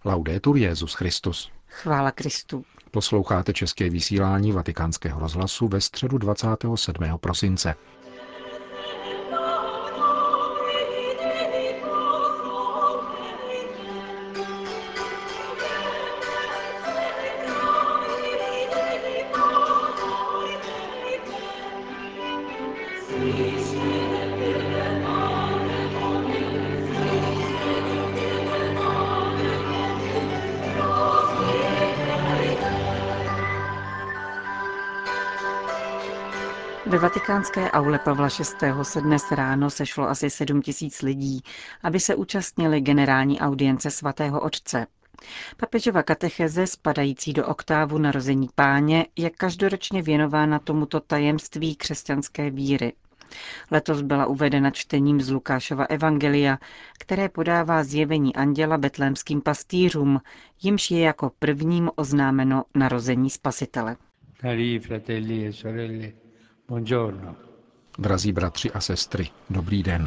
Laudetur Jesus Christus. Chvála Kristu. Posloucháte české vysílání Vatikánského rozhlasu ve středu 27. prosince. Ve vatikánské aule Pavla VI. Se dnes ráno sešlo asi 7 000 lidí, aby se účastnili generální audience svatého otce. Papežova katecheze, spadající do oktávu narození Páně, je každoročně věnována tomuto tajemství křesťanské víry. Letos byla uvedena čtením z Lukášova evangelia, které podává zjevení anděla betlémským pastýřům, jimž je jako prvním oznámeno narození Spasitele. Cari fratelli e sorelle, buongiorno. Drazí bratři a sestry, dobrý den.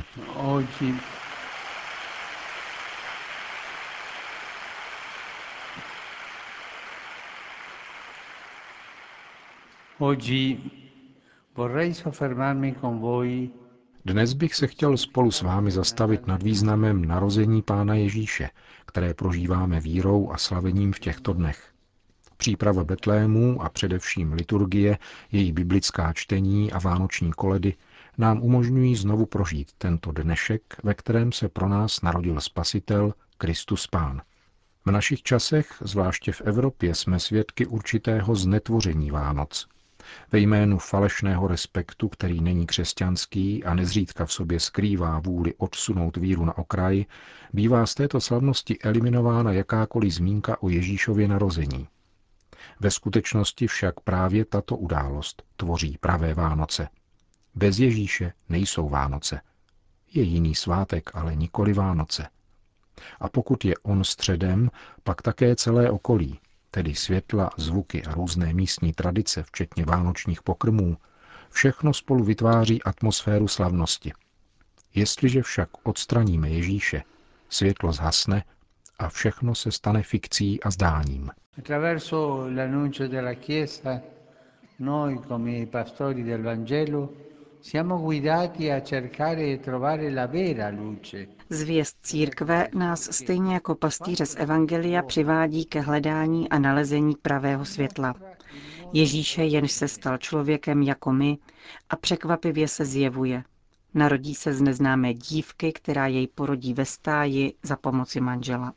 Oggi vorrei soffermarmi con voi. Dnes bych se chtěl spolu s vámi zastavit nad významem narození Pána Ježíše, které prožíváme vírou a slavením v těchto dnech. Příprava Betlému a především liturgie, její biblická čtení a vánoční koledy nám umožňují znovu prožít tento dnešek, ve kterém se pro nás narodil Spasitel, Kristus Pán. V našich časech, zvláště v Evropě, jsme svědky určitého znetvoření Vánoc. Ve jménu falešného respektu, který není křesťanský a nezřídka v sobě skrývá vůli odsunout víru na okraj, bývá z této slavnosti eliminována jakákoliv zmínka o Ježíšově narození. Ve skutečnosti však právě tato událost tvoří pravé Vánoce. Bez Ježíše nejsou Vánoce. Je jiný svátek, ale nikoli Vánoce. A pokud je on středem, pak také celé okolí, tedy světla, zvuky a různé místní tradice, včetně vánočních pokrmů, všechno spolu vytváří atmosféru slavnosti. Jestliže však odstraníme Ježíše, světlo zhasne a všechno se stane fikcí a zdáním. Attraverso l'annuncio della Chiesa, noi come pastori del Vangelo siamo guidati a cercare e trovare la vera luce. Zvěst církve nás stejně jako pastýře z evangelia přivádí ke hledání a nalezení pravého světla. Ježíše, jenž se stal člověkem jako my a překvapivě se zjevuje. Narodí se z neznámé dívky, která jej porodí ve stáji za pomoci manžela.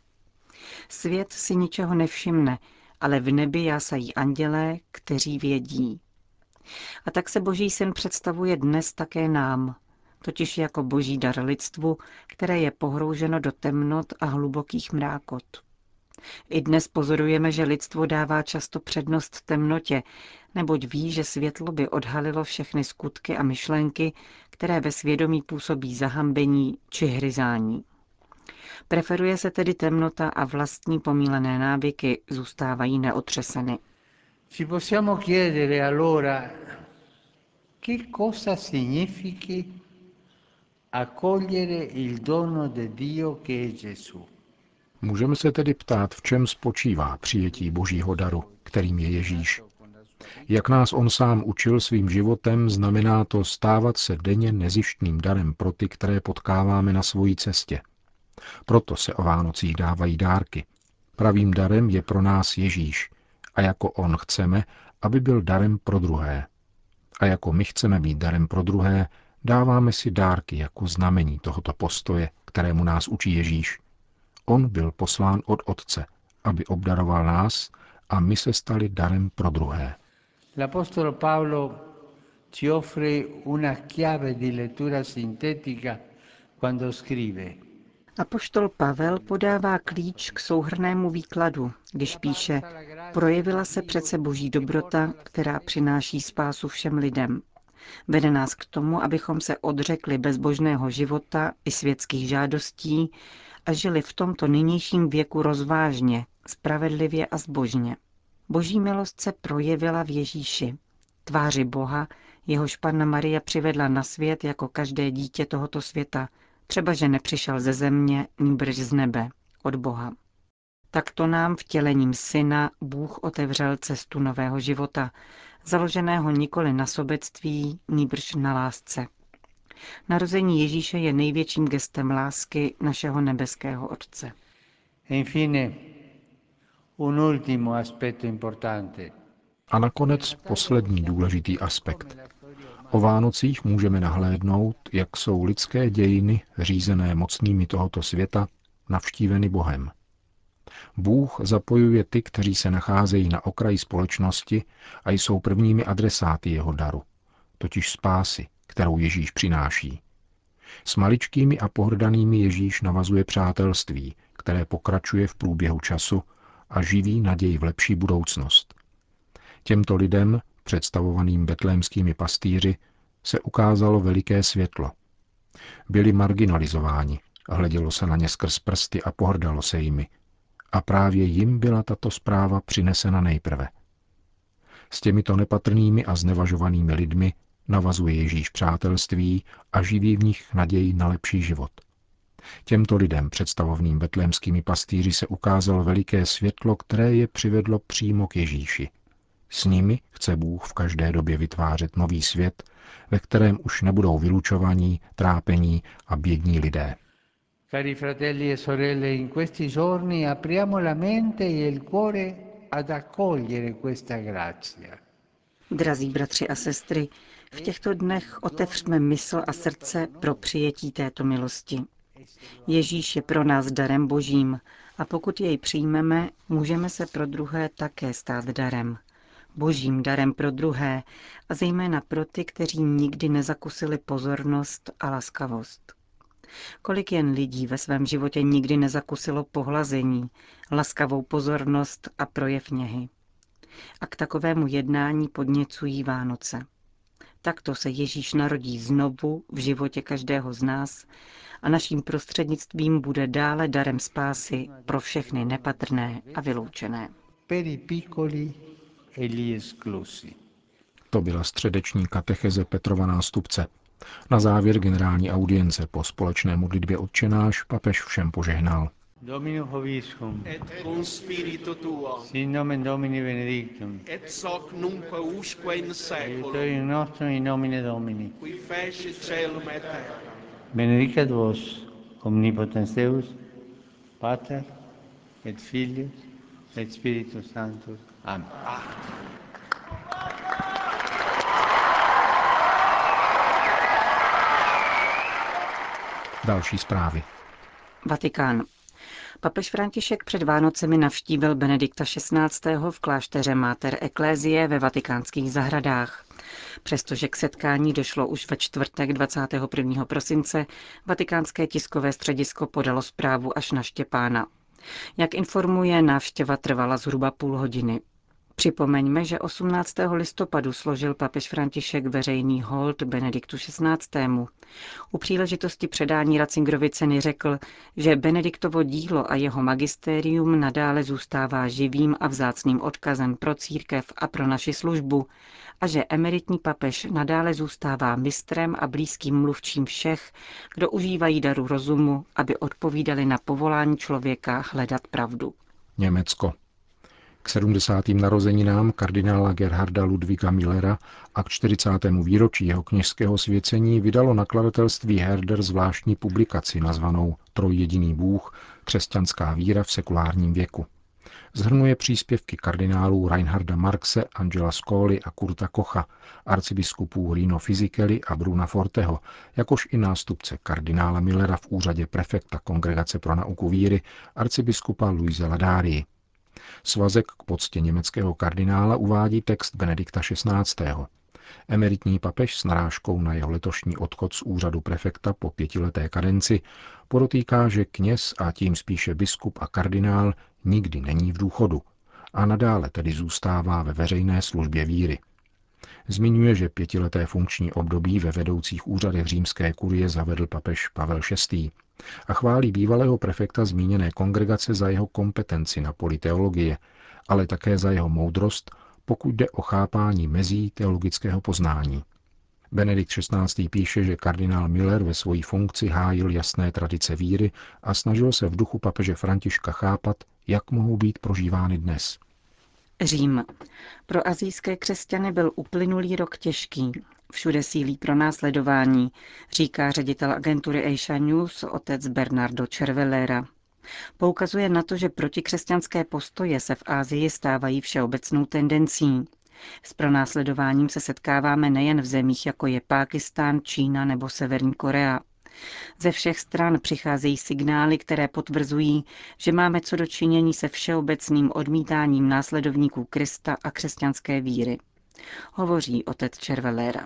Svět si ničeho nevšimne, ale v nebi jásají andělé, kteří vědí. A tak se Boží syn představuje dnes také nám, totiž jako boží dar lidstvu, které je pohrouženo do temnot a hlubokých mrákot. I dnes pozorujeme, že lidstvo dává často přednost temnotě, neboť ví, že světlo by odhalilo všechny skutky a myšlenky, které ve svědomí působí zahambení či hryzání. Preferuje se tedy temnota a vlastní pomílené návyky zůstávají neotřeseny. Ci possiamo chiedere allora che cosa significhi accogliere il dono di Dio che è Gesù. Můžeme se tedy ptát, v čem spočívá přijetí Božího daru, kterým je Ježíš. Jak nás on sám učil svým životem, znamená to stávat se denně nezištným darem pro ty, které potkáváme na svojí cestě. Proto se o Vánocích dávají dárky. Pravým darem je pro nás Ježíš a jako on chceme, aby byl darem pro druhé. A jako my chceme být darem pro druhé, dáváme si dárky jako znamení tohoto postoje, kterému nás učí Ježíš. On byl poslán od Otce, aby obdaroval nás a my se stali darem pro druhé. L'Apostolo Paolo ci offre una chiave di lettura sintetica quando scrive: Apoštol Pavel podává klíč k souhrnnému výkladu, když píše: projevila se přece boží dobrota, která přináší spásu všem lidem. Vede nás k tomu, abychom se odřekli bezbožného života i světských žádostí a žili v tomto nynějším věku rozvážně, spravedlivě a zbožně. Boží milost se projevila v Ježíši, tváři Boha, jehož Panna Maria přivedla na svět jako každé dítě tohoto světa, třeba že nepřišel ze země, nýbrž z nebe, od Boha. Takto nám vtělením Syna Bůh otevřel cestu nového života, založeného nikoli na sobectví, nýbrž na lásce. Narození Ježíše je největším gestem lásky našeho nebeského Otce. A nakonec poslední důležitý aspekt. O Vánocích můžeme nahlédnout, jak jsou lidské dějiny, řízené mocnými tohoto světa, navštíveny Bohem. Bůh zapojuje ty, kteří se nacházejí na okraji společnosti a jsou prvními adresáty jeho daru, totiž spásy, kterou Ježíš přináší. S maličkými a pohrdanými Ježíš navazuje přátelství, které pokračuje v průběhu času a živí naději v lepší budoucnost. Těmto lidem, představovaným betlémskými pastýři, se ukázalo veliké světlo. Byli marginalizováni, hledělo se na ně skrz prsty a pohrdalo se jimi. A právě jim byla tato zpráva přinesena nejprve. S těmito nepatrnými a znevažovanými lidmi navazuje Ježíš přátelství a živí v nich naději na lepší život. Těmto lidem, představovaným betlémskými pastýři, se ukázalo veliké světlo, které je přivedlo přímo k Ježíši. S nimi chce Bůh v každé době vytvářet nový svět, ve kterém už nebudou vylučovaní, trápení a bědní lidé. Cari fratelli e sorelle, in questi giorni apriamo la mente e il cuore ad accogliere questa grazia. Drazí bratři a sestry, v těchto dnech otevřme mysl a srdce pro přijetí této milosti. Ježíš je pro nás darem Božím a pokud jej přijmeme, můžeme se pro druhé také stát darem. Božím darem pro druhé a zejména pro ty, kteří nikdy nezakusili pozornost a laskavost. Kolik jen lidí ve svém životě nikdy nezakusilo pohlazení, laskavou pozornost a projev něhy. A k takovému jednání podněcují Vánoce. Takto se Ježíš narodí znovu v životě každého z nás a naším prostřednictvím bude dále darem spásy pro všechny nepatrné a vyloučené. To byla středeční katecheze Petrova nástupce. Na závěr generální audience po společné modlitbě Otčenáš papež všem požehnal. Dominus vobiscum, et cum spiritu tuo, sin nomen Domini benedictum, et soc nunquo usque in seculum, aiutorium nostrum in nomine Domini. qui feci caelum et terra. Benedicat vos, omnipotens Deus, Pater, et Filius, et Spiritus Sanctus. Amen. Další zprávy. Vatikán. Papež František před Vánocemi navštívil Benedikta XVI. V klášteře Mater Ecclesiae ve vatikánských zahradách. Přestože k setkání došlo už ve čtvrtek 21. prosince, vatikánské tiskové středisko podalo zprávu až na Štěpána. Jak informuje, návštěva trvala zhruba půl hodiny. Připomeňme, že 18. listopadu složil papež František veřejný hold Benediktu XVI. U příležitosti předání Ratzingerovy ceny řekl, že Benediktovo dílo a jeho magistérium nadále zůstává živým a vzácným odkazem pro církev a pro naši službu a že emeritní papež nadále zůstává mistrem a blízkým mluvčím všech, kdo užívají daru rozumu, aby odpovídali na povolání člověka hledat pravdu. Německo. K 70. narozeninám kardinála Gerharda Ludwiga Müllera a k 40. výročí jeho kněžského svěcení vydalo nakladatelství Herder zvláštní publikaci nazvanou Trojjediný Bůh, křesťanská víra v sekulárním věku. Shrnuje příspěvky kardinálů Reinharda Marxe, Angela Scoli a Kurta Kocha, arcibiskupů Rino Fisichella a Bruna Forteho, jakož i nástupce kardinála Müllera v úřadě prefekta Kongregace pro nauku víry, arcibiskupa Luise Ladárii. Svazek k poctě německého kardinála uvádí text Benedikta XVI. Emeritní papež s narážkou na jeho letošní odchod z úřadu prefekta po 5leté kadenci podotýká, že kněz a tím spíše biskup a kardinál nikdy není v důchodu a nadále tedy zůstává ve veřejné službě víry. Zmiňuje, že 5leté funkční období ve vedoucích úřadech římské kurie zavedl papež Pavel VI. A chválí bývalého prefekta zmíněné kongregace za jeho kompetenci na poli teologie, ale také za jeho moudrost, pokud jde o chápání mezí teologického poznání. Benedikt XVI. Píše, že kardinál Müller ve své funkci hájil jasné tradice víry a snažil se v duchu papeže Františka chápat, jak mohou být prožívány dnes. Řím. Pro asijské křesťany byl uplynulý rok těžký. Všude sílí pronásledování, říká ředitel agentury Asia News otec Bernardo Cervellera. Poukazuje na to, že protikřesťanské postoje se v Asii stávají všeobecnou tendencí. S pronásledováním se setkáváme nejen v zemích, jako je Pákistán, Čína nebo Severní Korea. Ze všech stran přicházejí signály, které potvrzují, že máme co do činění se všeobecným odmítáním následovníků Krista a křesťanské víry. Hovoří otec Cervellera.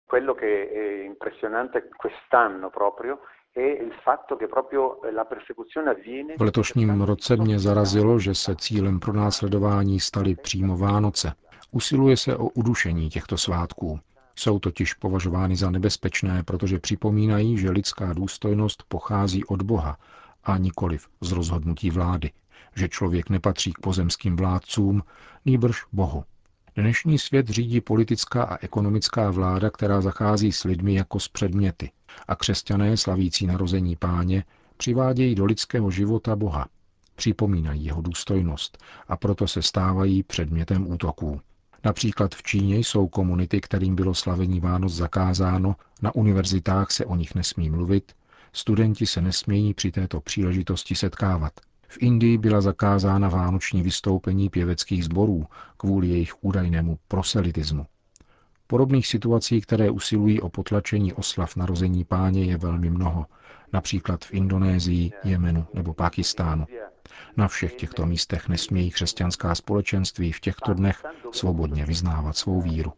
V letošním roce mě zarazilo, že se cílem pronásledování staly přímo Vánoce. Usiluje se o udušení těchto svátků. Jsou totiž považovány za nebezpečné, protože připomínají, že lidská důstojnost pochází od Boha a nikoliv z rozhodnutí vlády, že člověk nepatří k pozemským vládcům, nýbrž Bohu. Dnešní svět řídí politická a ekonomická vláda, která zachází s lidmi jako s předměty, a křesťané slavící narození Páně přivádějí do lidského života Boha, připomínají jeho důstojnost a proto se stávají předmětem útoků. Například v Číně jsou komunity, kterým bylo slavení Vánoc zakázáno, na univerzitách se o nich nesmí mluvit, studenti se nesmějí při této příležitosti setkávat. V Indii byla zakázána vánoční vystoupení pěveckých sborů kvůli jejich údajnému proselitismu. Podobných situací, které usilují o potlačení oslav narození Páně, je velmi mnoho, například v Indonésii, Jemenu nebo Pákistánu. Na všech těchto místech nesmějí křesťanská společenství v těchto dnech svobodně vyznávat svou víru.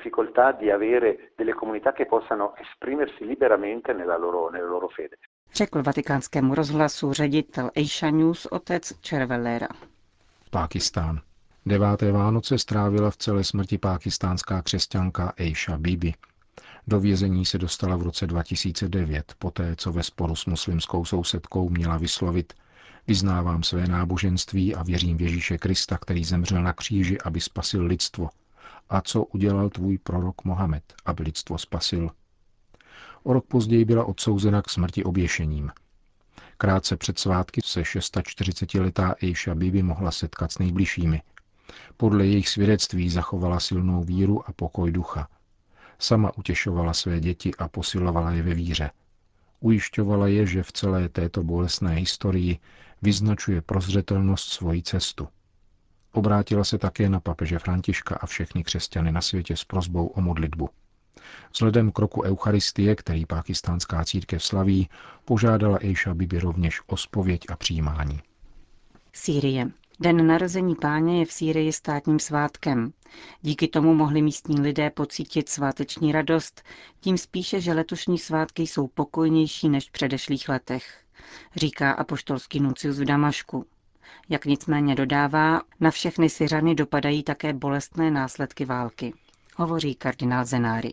Řekl Vatikánskému rozhlasu ředitel Asia News otec Cervellera. Pákistán. 9. Vánoce strávila v celé smrti pákistánská křesťanka Aisha Bibi. Do vězení se dostala v roce 2009, poté co ve sporu s muslimskou sousedkou měla vyslovit: Vyznávám své náboženství a věřím v Ježíše Krista, který zemřel na kříži, aby spasil lidstvo. A co udělal tvůj prorok Mohamed, aby lidstvo spasil? O rok později byla odsouzena k smrti oběšením. Krátce před svátky se 46letá Aisha Bibi mohla setkat s nejbližšími. Podle jejich svědectví zachovala silnou víru a pokoj ducha. Sama utěšovala své děti a posilovala je ve víře. Ujišťovala je, že v celé této bolestné historii vyznačuje prozřetelnost svoji cestu. Obrátila se také na papeže Františka a všechny křesťany na světě s prosbou o modlitbu. Vzhledem k roku Eucharistie, který pákistánská církev slaví, požádala Aisha Bibi rovněž o zpověď a přijímání. Sýrie. Den narození Páně je v Sýrii státním svátkem. Díky tomu mohli místní lidé pocítit sváteční radost, tím spíše, že letošní svátky jsou pokojnější než v předešlých letech, říká apoštolský nuncius v Damašku. Jak nicméně dodává, na všechny Syřany dopadají také bolestné následky války. Hovoří kardinál Zenari.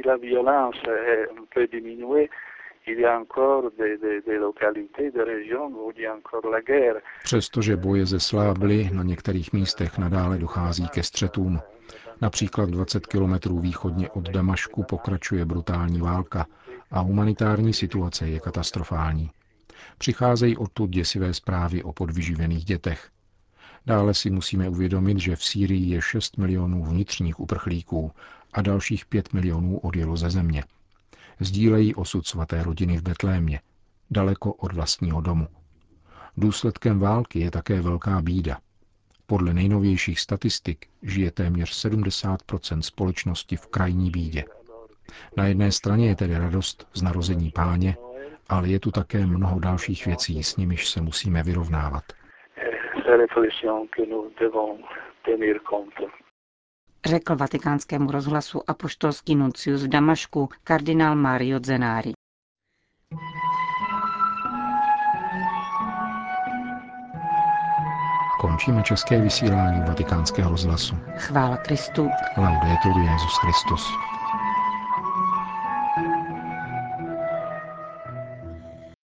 Přestože boje zeslábly, na některých místech nadále dochází ke střetům. Například 20 kilometrů východně od Damašku pokračuje brutální válka a humanitární situace je katastrofální. Přicházejí odtud děsivé zprávy o podvyživených dětech. Dále si musíme uvědomit, že v Sýrii je 6 milionů vnitřních uprchlíků a dalších 5 milionů odjelo ze země. Sdílejí osud svaté rodiny v Betlémě, daleko od vlastního domu. Důsledkem války je také velká bída. Podle nejnovějších statistik žije téměř 70% společnosti v krajní bídě. Na jedné straně je tedy radost z narození Páně, ale je tu také mnoho dalších věcí, s nimiž se musíme vyrovnávat. Řekl Vatikánskému rozhlasu apoštolský nuncius v Damašku kardinál Mario Zenari. Končíme české vysílání Vatikánského rozhlasu. Chvála Kristu. Laudetur Jesus Christus.